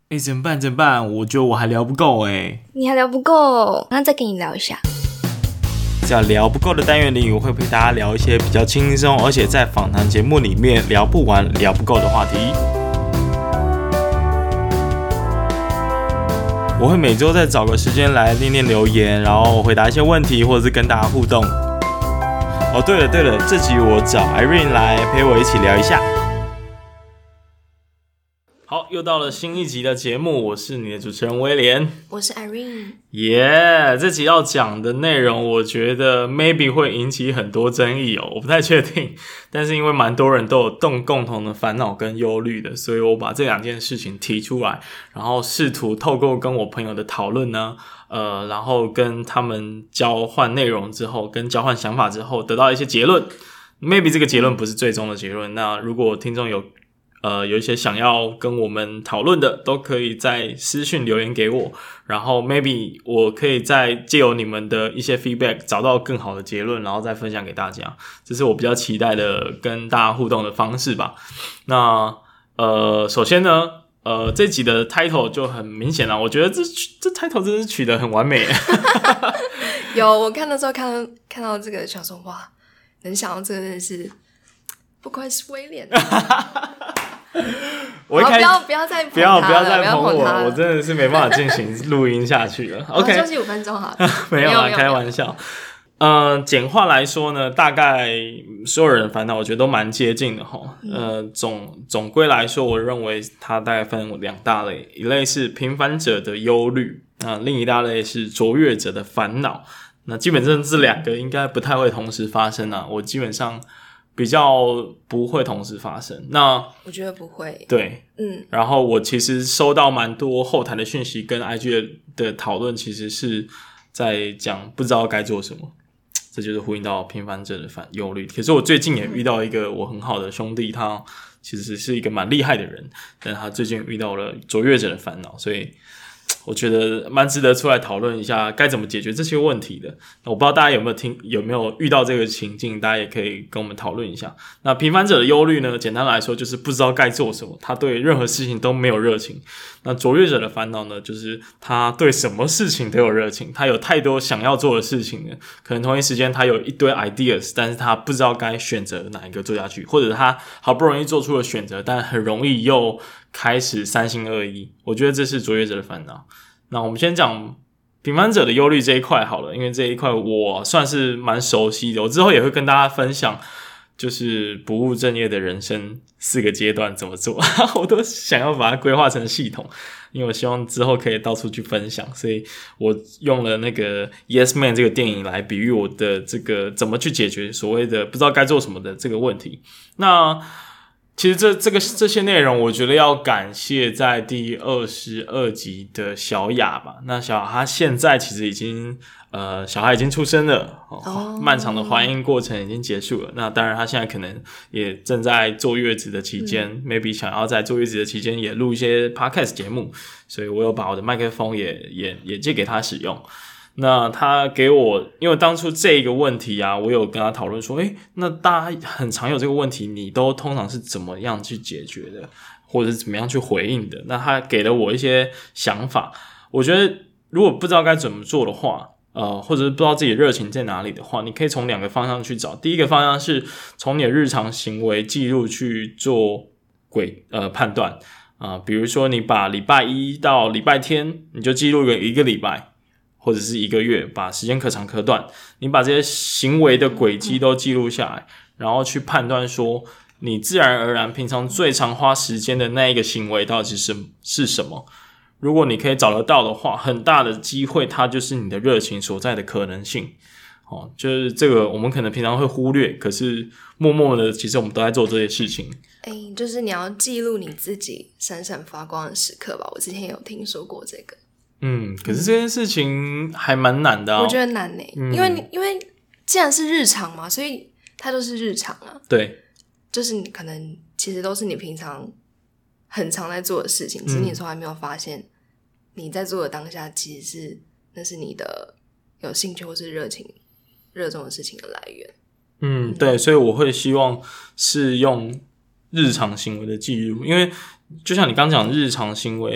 怎么办？怎么办？我觉得我还聊不够你还聊不够，那再跟你聊一下。 在聊不够的单元里，我会陪大家聊一些比较轻松，而且在访谈节目里面聊不完、聊不够的话题。我会每周再找个时间来念念留言，然后回答一些问题，或者是跟大家互动。哦，对了，这集我找 Irene 来陪我一起聊一下。好，又到了新一集的节目，我是你的主持人威廉， 我是 Irene。 这集要讲的内容，我觉得 maybe 会引起很多争议哦，我不太确定，但是因为蛮多人都有共同的烦恼跟忧虑的，所以我把这两件事情提出来，然后试图透过跟我朋友的讨论呢，然后跟他们交换内容之后，跟交换想法之后，得到一些结论。maybe 这个结论不是最终的结论，那如果听众有一些想要跟我们讨论的，都可以在私讯留言给我，然后 maybe 我可以再借由你们的一些 feedback 找到更好的结论，然后再分享给大家。这是我比较期待的跟大家互动的方式吧。那首先呢，这集的 title 就很明显了，我觉得这 title 真的是取得很完美。 有，我看的时候看到这个，想说哇，能想到这个真的是不愧是威廉。 我一开始不要再不要再捧我，我真的是没办法进行录音下去了。OK， 休息5分钟好了。 没有啦，开玩笑。简化来说呢，大概所有人的烦恼，我觉得都蛮接近的齁。总归来说，我认为它大概分两大类，一类是平凡者的忧虑，另一大类是卓越者的烦恼。那基本上这两个应该不太会同时发生啊，我基本上比较不会同时发生。那我觉得不会。 对，然后我其实收到蛮多后台的讯息跟 IG 的讨论，其实是在讲不知道该做什么，这就是呼应到平凡者的忧虑。可是我最近也遇到一个我很好的兄弟，他其实是一个蛮厉害的人，但他最近遇到了卓越者的烦恼，所以我觉得蛮值得出来讨论一下该怎么解决这些问题的。我不知道大家有没有遇到这个情境，大家也可以跟我们讨论一下。那平凡者的忧虑呢，简单来说就是不知道该做什么，他对任何事情都没有热情。那卓越者的烦恼呢，就是他对什么事情都有热情，他有太多想要做的事情了，可能同一时间他有一堆 ideas， 但是他不知道该选择哪一个做下去，或者他好不容易做出了选择，但很容易又开始三心二意。我觉得这是卓越者的烦恼。那我们先讲平凡者的忧虑这一块好了，因为这一块我算是蛮熟悉的，我之后也会跟大家分享就是不务正业的人生4个阶段怎么做。我都想要把它规划成系统，因为我希望之后可以到处去分享，所以我用了那个 Yes Man 这个电影来比喻我的这个怎么去解决所谓的不知道该做什么的这个问题。那其实这些内容，我觉得要感谢在第22集的小雅吧。那小雅她现在其实已经小孩已经出生了，漫长的怀孕过程已经结束了。那当然她现在可能也正在坐月子的期间，maybe 想要在坐月子的期间也录一些 podcast 节目，所以我有把我的麦克风也借给她使用。那他给我，因为当初这个问题啊，我有跟他讨论说，那大家很常有这个问题，你都通常是怎么样去解决的，或者是怎么样去回应的？那他给了我一些想法，我觉得如果不知道该怎么做的话，或者是不知道自己的热情在哪里的话，你可以从2个方向去找。第一个方向是从你的日常行为记录去做判断比如说你把礼拜一到礼拜天，你就记录一个礼拜。或者是1个月，把时间可长可短，你把这些行为的轨迹都记录下来，然后去判断说你自然而然平常最常花时间的那一个行为到底是什么。如果你可以找得到的话，很大的机会它就是你的热情所在的可能性。就是这个我们可能平常会忽略，可是默默的其实我们都在做这些事情。 就是你要记录你自己闪闪发光的时刻吧，我之前有听说过这个。 可是这件事情还蛮难的我觉得难因为既然是日常嘛，所以它就是日常啊。 对， 就是你可能其实都是你平常很常在做的事情，只是你从来没有发现你在做的当下其实那是你的有兴趣或是热衷的事情的来源。 对，所以我会希望是用日常行为的记录，因为就像你刚讲日常行为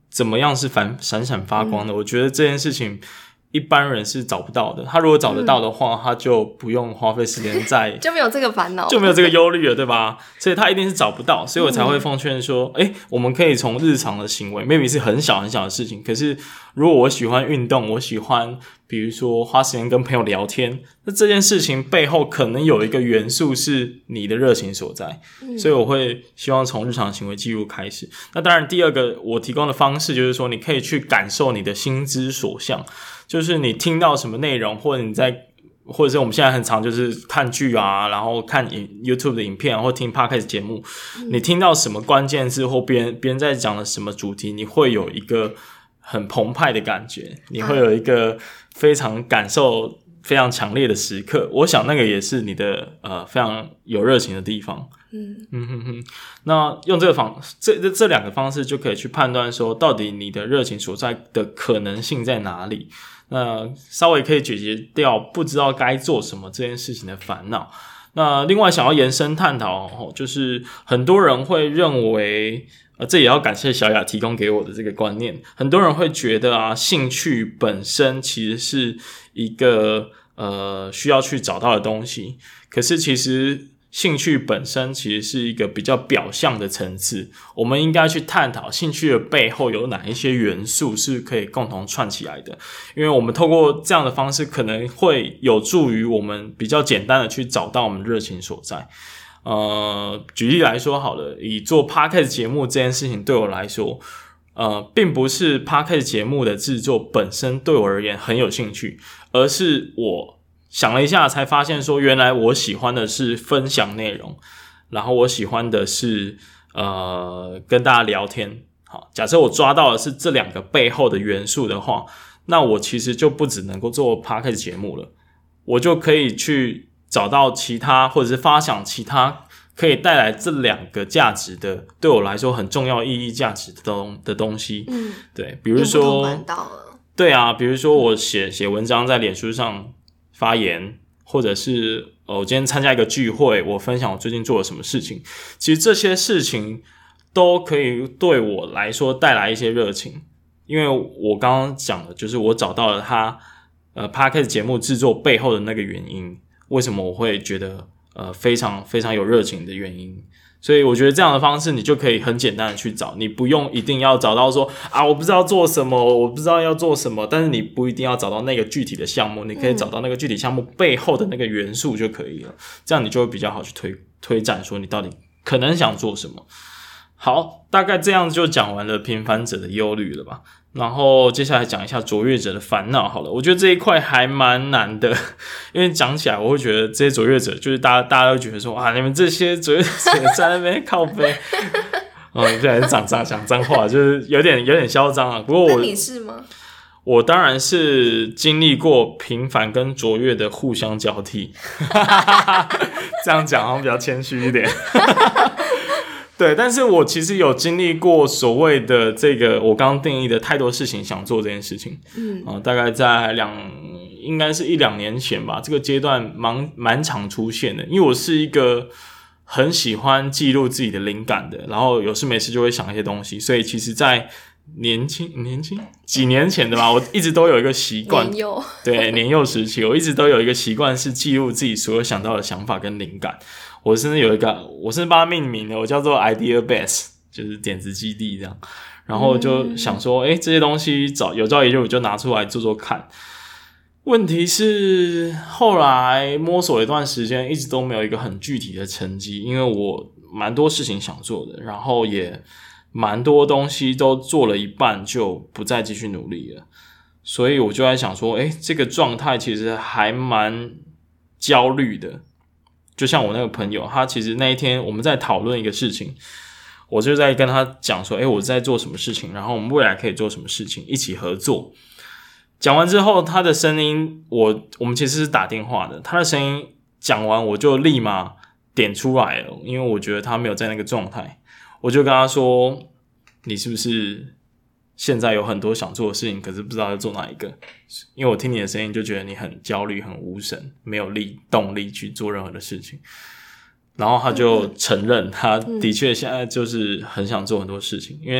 怎么样是闪闪发光的，我觉得这件事情一般人是找不到的。他如果找得到的话，他就不用花费时间在就没有这个烦恼， 就没有这个忧虑了，对吧？所以他一定是找不到，所以我才会奉劝说，我们可以从日常的行为 ，maybe 是很小很小的事情，可是如果我喜欢运动，我喜欢比如说花时间跟朋友聊天，那这件事情背后可能有一个元素是你的热情所在，所以我会希望从日常行为记录开始。那当然第二个我提供的方式就是说，你可以去感受你的心之所向，就是你听到什么内容，或者是我们现在很常就是看剧啊，然后看YouTube 的影片，或听 Podcast 节目，你听到什么关键字或别人在讲的什么主题，你会有一个很澎湃的感觉，你会有一个非常感受非常强烈的时刻，我想那个也是你的非常有热情的地方。那用这两个方式就可以去判断说，到底你的热情所在的可能性在哪里。那稍微可以解决掉不知道该做什么这件事情的烦恼。那另外想要延伸探讨，就是很多人会认为这也要感谢小雅提供给我的这个观念，很多人会觉得兴趣本身其实是一个需要去找到的东西，可是其实兴趣本身其实是一个比较表象的层次，我们应该去探讨兴趣的背后有哪一些元素是可以共同串起来的，因为我们透过这样的方式可能会有助于我们比较简单的去找到我们热情所在。举例来说好了，以做 Podcast 节目这件事情对我来说，并不是 Podcast 节目的制作本身对我而言很有兴趣，而是我想了一下才发现说，原来我喜欢的是分享内容，然后我喜欢的是跟大家聊天。好，假设我抓到的是这两个背后的元素的话，那我其实就不只能够做 Podcast 节目了，我就可以去找到其他或者是发想其他可以带来这两个价值的，对我来说很重要意义价值的东西。对，比如说对啊，比如说我写文章在脸书上发言，或者是我今天参加一个聚会，我分享我最近做了什么事情，其实这些事情都可以对我来说带来一些热情，因为我刚刚讲的就是我找到了他Podcast 节目制作背后的那个原因，为什么我会觉得非常非常有热情的原因。所以我觉得这样的方式你就可以很简单的去找，你不用一定要找到说我不知道做什么，我不知道要做什么，但是你不一定要找到那个具体的项目，你可以找到那个具体项目背后的那个元素就可以了，这样你就会比较好去推展说你到底可能想做什么。好，大概这样就讲完了平凡者的忧虑了吧。然后接下来讲一下卓越者的烦恼好了，我觉得这一块还蛮难的，因为讲起来我会觉得这些卓越者就是大家都觉得说你们这些卓越者在那边靠背现在是讲脏话，就是有点嚣张啊。不过你是吗？ 我当然是经历过平凡跟卓越的互相交替这样讲好像比较谦虚一点对，但是我其实有经历过所谓的这个我刚刚定义的太多事情想做这件事情。大概在应该是1-2年前吧，这个阶段蛮常出现的，因为我是一个很喜欢记录自己的灵感的，然后有事没事就会想一些东西，所以其实在年轻几年前的吧，我一直都有一个习惯，年幼时期我一直都有一个习惯是记录自己所有想到的想法跟灵感。我甚至帮它命名的，我叫做 Idea Base， 就是点子基地这样。然后就想说这些东西有朝一日我就拿出来做做看。问题是后来摸索一段时间，一直都没有一个很具体的成绩，因为我蛮多事情想做的，然后也蛮多东西都做了一半就不再继续努力了，所以我就在想说这个状态其实还蛮焦虑的。就像我那个朋友，他其实那一天我们在讨论一个事情，我就在跟他讲说我在做什么事情，然后我们未来可以做什么事情，一起合作。讲完之后他的声音我们其实是打电话的，他的声音讲完我就立马点出来了，因为我觉得他没有在那个状态。我就跟他说，你是不是现在有很多想做的事情，可是不知道要做哪一个？因为我听你的声音就觉得你很焦虑很无神，没有动力去做任何的事情。然后他就承认他的确现在就是很想做很多事情，因为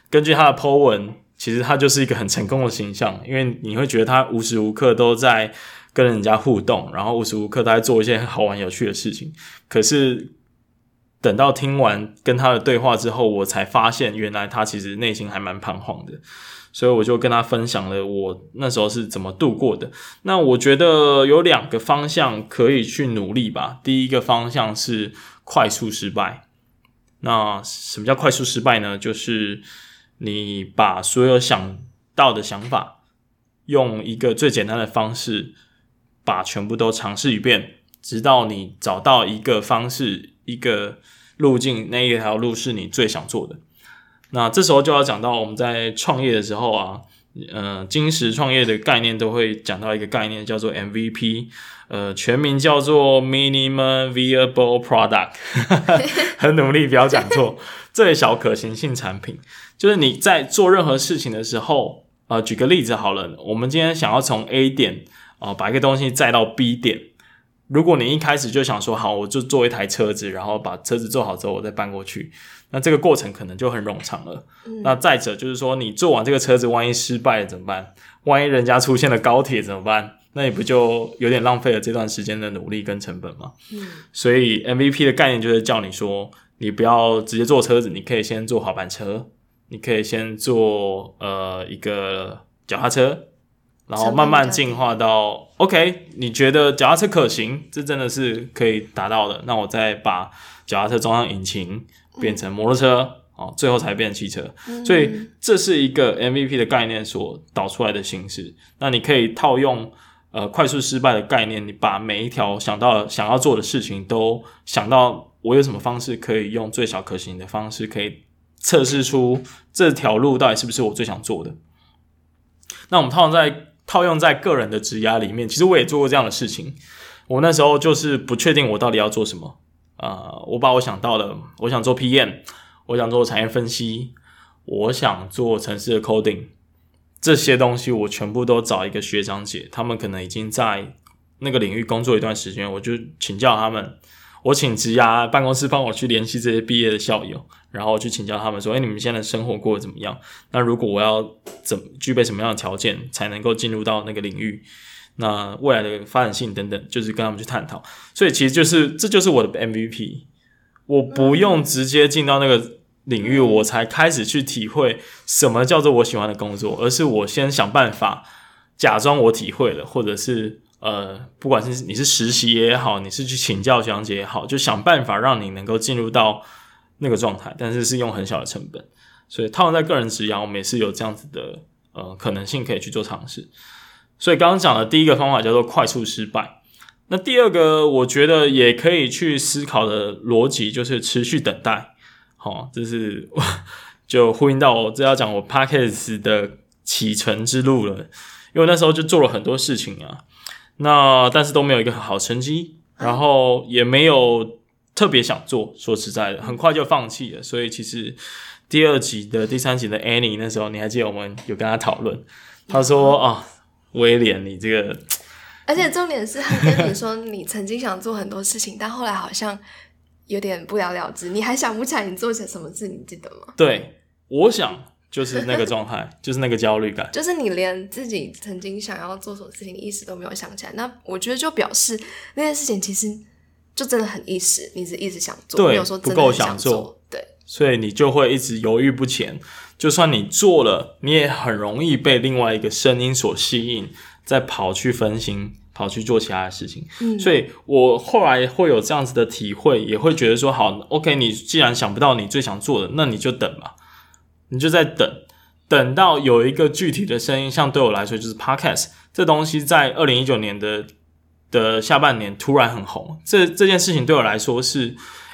根据他的 po 文，其实他就是一个很成功的形象，因为你会觉得他无时无刻都在跟人家互动，然后无时无刻都在做一些很好玩有趣的事情。可是等到听完跟他的对话之后，我才发现原来他其实内心还蛮彷徨的，所以我就跟他分享了我那时候是怎么度过的。那我觉得有2个方向可以去努力吧。第一个方向是快速失败。那什么叫快速失败呢？就是你把所有想到的想法用一个最简单的方式把全部都尝试一遍，直到你找到一个方式一个路径，那一条路是你最想做的。那这时候就要讲到我们在创业的时候啊，精实创业的概念都会讲到一个概念叫做 MVP， 全名叫做 Minimum Viable Product 很努力不要讲错，最小可行性产品。就是你在做任何事情的时候，举个例子好了，我们今天想要从 A 点把一个东西载到 B 点，如果你一开始就想说好，我就做一台车子，然后把车子做好之后我再搬过去，那这个过程可能就很冗长了。那再者就是说，你做完这个车子万一失败了怎么办？万一人家出现了高铁怎么办？那你不就有点浪费了这段时间的努力跟成本吗？所以 MVP 的概念就是叫你说，你不要直接做车子，你可以先做滑板车，你可以先做一个脚踏车，然后慢慢进化到 OK， 你觉得脚踏车可行，这真的是可以达到的，那我再把脚踏车装上引擎变成摩托车，最后才变成汽车。所以这是一个 MVP 的概念所导出来的形式。那你可以套用快速失败的概念，你把每一条想要做的事情都想到我有什么方式可以用最小可行的方式可以测试出这条路到底是不是我最想做的。那我们套用在个人的职涯里面，其实我也做过这样的事情。我那时候就是不确定我到底要做什么，我把我想到的，我想做 PM， 我想做产业分析，我想做程式的 coding， 这些东西我全部都找一个学长姐，他们可能已经在那个领域工作一段时间，我就请教他们，我请职涯办公室帮我去联系这些毕业的校友，然后去请教他们说，你们现在的生活过得怎么样？那如果我要具备什么样的条件才能够进入到那个领域？那未来的发展性等等，就是跟他们去探讨。所以其实这就是我的 MVP， 我不用直接进到那个领域，我才开始去体会什么叫做我喜欢的工作，而是我先想办法假装我体会了，或者是不管是你是实习也好，你是去请教学长姐也好，就想办法让你能够进入到那个状态，但是用很小的成本。所以套用在个人职涯，我们也是有这样子的可能性可以去做尝试。所以刚刚讲的第一个方法叫做快速失败。那第二个我觉得也可以去思考的逻辑就是持续等待。这是就呼应到我这要讲我 Podcast 的启程之路了。因为那时候就做了很多事情啊，那但是都没有一个很好成绩，然后也没有特别想做，说实在的，很快就放弃了。所以其实第2集的第3集的 Annie 那时候你还记得我们有跟他讨论，他说威廉你这个， 而且重点是他跟你说你曾经想做很多事情，但后来好像有点不了了之，你还想不起来你做些什么事，你记得吗？ 对，我想就是那个状态就是那个焦虑感， 就是你连自己曾经想要做什么事情一时都没有想起来，那我觉得就表示那件事情其实就真的很一时，你只一直想做，没有说真的很想做，对， 所以你就会一直犹豫不前。就算你做了，你也很容易被另外一个声音所吸引，再跑去分心，跑去做其他的事情。所以我后来会有这样子的体会，也会觉得说好 OK， 你既然想不到你最想做的，那你就等吧，你就在等到有一个具体的声音，像对我来说就是 Podcast 这东西在2019年的下半年突然很红，这件事情对我来说是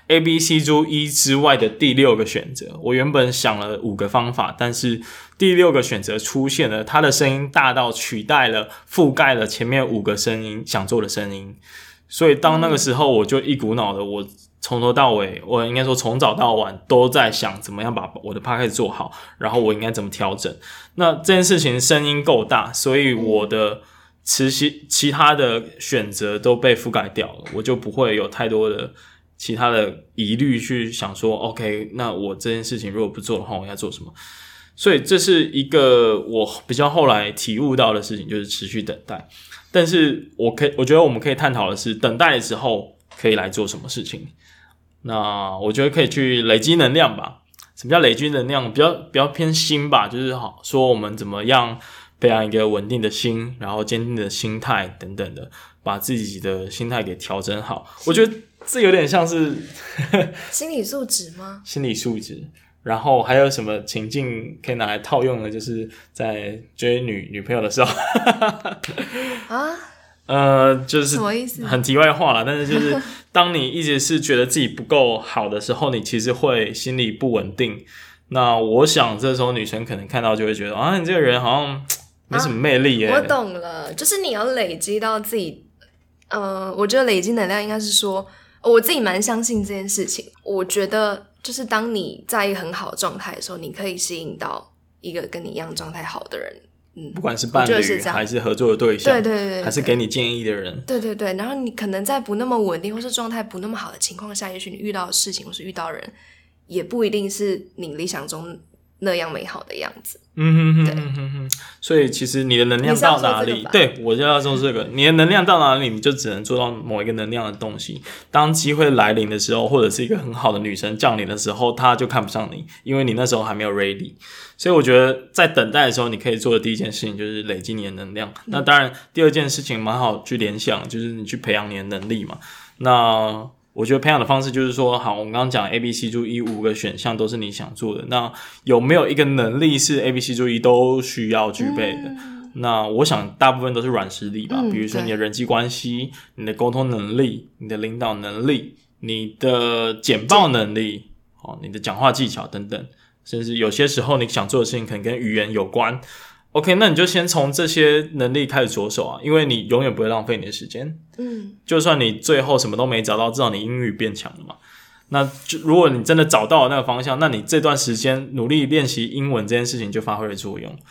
ABC、E 之外的第6个选择。我原本想了5个方法，但是第6个选择出现了，它的声音大到取代了覆盖了前面5个声音想做的声音。所以当那个时候我就一股脑的，我从头到尾，我应该说从早到晚都在想怎么样把我的 podcast 做好，然后我应该怎么调整。那这件事情声音够大，所以我的其他的选择都被覆盖掉了，我就不会有太多的其他的疑虑去想说 OK， 那我这件事情如果不做的话我要做什么。 所以这是一个我比较后来体悟到的事情，就是持续等待。但是我觉得我们可以探讨的是，等待的时候可以来做什么事情。那我觉得可以去累积能量吧。什么叫累积能量？比较偏心吧，就是好说我们怎么样培养一个稳定的心，然后坚定的心态等等的，把自己的心态给调整好。我觉得这有点像是心理素质吗？ 心理素质。然后还有什么情境可以拿来套用的？就是在追女朋友的时候就是什么意思？ 很题外话啦，但是就是当你一直是觉得自己不够好的时候，你其实会心里不稳定。那我想这时候女生可能看到就会觉得你这个人好像没什么魅力耶。 我懂了，就是你要累积到自己我觉得累积能量应该是说我自己蛮相信这件事情。我觉得就是当你在一个很好的状态的时候，你可以吸引到一个跟你一样状态好的人。 不管是伴侣还是合作的对象， 对， 还是给你建议的人， 对，然后你可能在不那么稳定或是状态不那么好的情况下，也许你遇到的事情或是遇到的人也不一定是你理想中那样美好的样子。 所以其实你的能量到哪里，对，我就要说这个，你的能量到哪里，你就只能做到某一个能量的东西。当机会来临的时候，或者是一个很好的女生降临的时候，她就看不上你，因为你那时候还没有 ready。所以我觉得在等待的时候，你可以做的第一件事情就是累积你的能量。那当然第二件事情蛮好去联想，就是你去培养你的能力嘛。那我觉得培养的方式就是说，好，我们刚刚讲 A、B、C、D、E 5个选项都是你想做的，那有没有一个能力是 A、B、C、D、E 都需要具备的？那我想大部分都是软实力吧，比如说你的人际关系、你的沟通能力、你的领导能力、你的简报能力、你的讲话技巧等等，甚至有些时候你想做的事情可能跟语言有关。OK， 那你就先从这些能力开始着手啊，因为你永远不会浪费你的时间。就算你最后什么都没找到，至少你英语变强了嘛。那如果你真的找到了那个方向，那你这段时间努力练习英文这件事情就发挥了作用。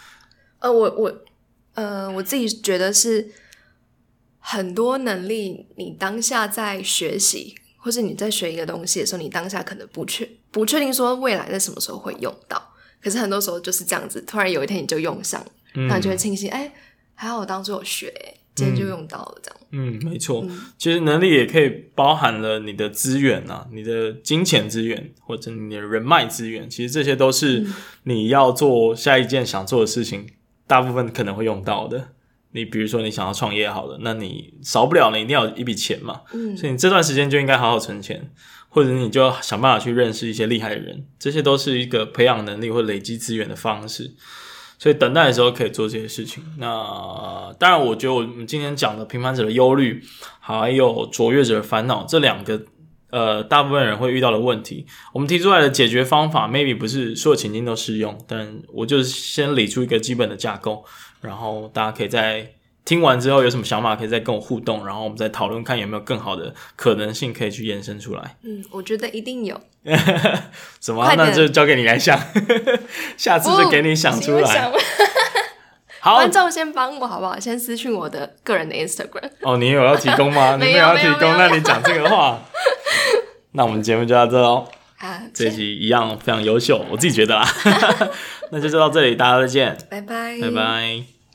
我自己觉得是很多能力，你当下在学习，或是你在学一个东西的时候，你当下可能不确定说未来在什么时候会用到。可是很多时候就是这样子，突然有一天你就用上了，那你就会庆幸，还好我当初有学，今天就用到了这样。 没错。其实能力也可以包含了你的资源啊，你的金钱资源或者你的人脉资源，其实这些都是你要做下一件想做的事情，大部分可能会用到的。你比如说你想要创业好了，那你少不了你一定要有一笔钱嘛，所以你这段时间就应该好好存钱，或者你就要想办法去认识一些厉害的人，这些都是一个培养能力或累积资源的方式。所以等待的时候可以做这些事情。那当然我觉得我们今天讲的平凡者的忧虑还有卓越者的烦恼，这两个大部分人会遇到的问题，我们提出来的解决方法 maybe 不是所有情境都适用，但我就是先理出一个基本的架构，然后大家可以在听完之后有什么想法可以再跟我互动，然后我们再讨论看有没有更好的可能性可以去延伸出来。 我觉得一定有。 什么？那就交给你来想下次就给你想出来。好， 观众先帮我好不好？先私讯我的个人的 Instagram。 你有要提供吗？你没有要提供，那你讲这个话。那我们节目就到这咯。这一集一样非常优秀，我自己觉得啦。那就到这里，大家再见， 拜拜， 拜拜。